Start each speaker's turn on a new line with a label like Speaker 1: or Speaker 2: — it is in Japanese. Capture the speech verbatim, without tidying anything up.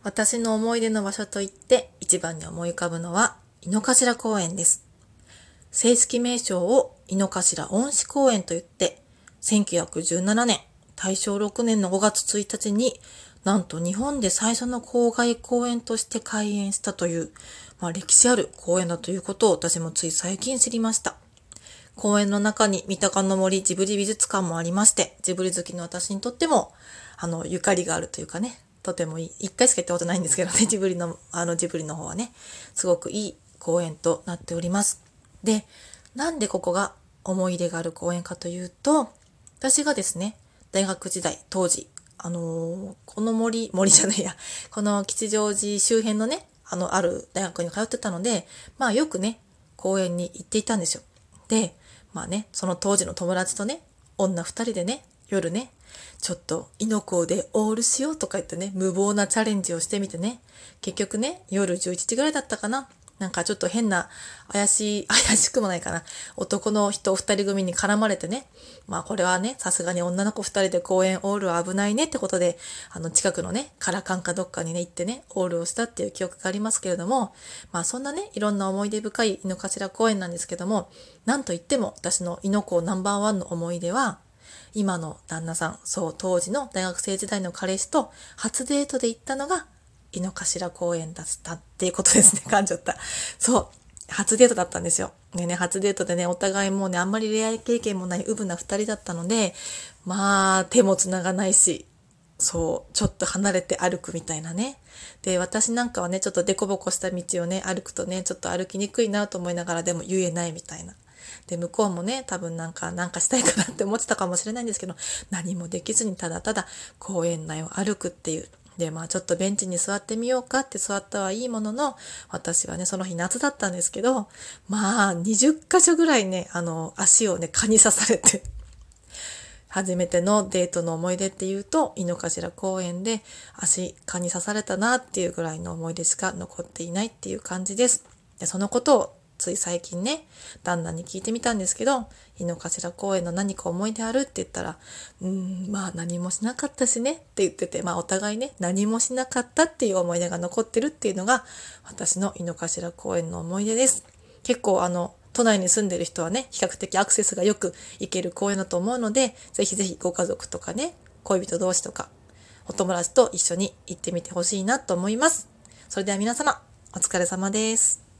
Speaker 1: 私の思い出の場所といって一番に思い浮かぶのは井の頭公園です。正式名称を井の頭恩賜公園と言って、せんきゅうひゃくじゅうななねん、大正ろくねんのごがつついたちに、なんと日本で最初の郊外公園として開園したという、まあ、歴史ある公園だということを私もつい最近知りました。公園の中に三鷹の森ジブリ美術館もありまして、ジブリ好きの私にとっても、あの、ゆかりがあるというかね、とてもいい。一回しか行ったことないんですけどね、ジブリの、あの、ジブリの方はね、すごくいい公園となっております。で、なんでここが思い入れがある公園かというと、私がですね、大学時代、当時、あのーこの森、森じゃないや、この吉祥寺周辺のね、あの、ある大学に通ってたので、まあよくね、公園に行っていたんですよ。で、まあね、その当時の友達とね、女二人でね、夜ね、ちょっと猪子でオールしようとか言ってね、無謀なチャレンジをしてみてね、結局ね、夜じゅういちじぐらいだったかな。なんかちょっと変な、怪しい、怪しくもないかな。男の人二人組に絡まれてね。まあこれはね、さすがに女の子二人で公園オールは危ないねってことで、あの近くのね、カラカンかどっかにね、行ってね、オールをしたっていう記憶がありますけれども、まあそんなね、いろんな思い出深い井の頭公園なんですけども、なんといっても私の猪子ナンバーワンの思い出は、今の旦那さん、そう当時の大学生時代の彼氏と初デートで行ったのが井の頭公園だったっていうことですね。噛んじゃった。そう。初デートだったんですよ。ねね、初デートでね、お互いもうね、あんまり恋愛経験もないウブな二人だったので、まあ、手も繋がないし、そう、ちょっと離れて歩くみたいなね。で、私なんかはね、ちょっとデコボコした道をね、歩くとね、ちょっと歩きにくいなと思いながらでも言えないみたいな。で、向こうもね、多分なんか、なんかしたいかなって思ってたかもしれないんですけど、何もできずにただただ公園内を歩くっていう。で、まあちょっとベンチに座ってみようかって座ったはいいものの、私はね、その日夏だったんですけど、まあにじゅっかしょぐらいね、あの、足をね、蚊に刺されて、初めてのデートの思い出っていうと、井の頭公園で足蚊に刺されたなっていうぐらいの思い出しか残っていないっていう感じです。で、そのことをつい最近ね、旦那に聞いてみたんですけど、井の頭公園の何か思い出あるって言ったら、うーん、まあ何もしなかったしねって言ってて、まあお互いね、何もしなかったっていう思い出が残ってるっていうのが、私の井の頭公園の思い出です。結構あの、都内に住んでる人はね、比較的アクセスがよく行ける公園だと思うので、ぜひぜひご家族とかね、恋人同士とか、お友達と一緒に行ってみてほしいなと思います。それでは皆様、お疲れ様です。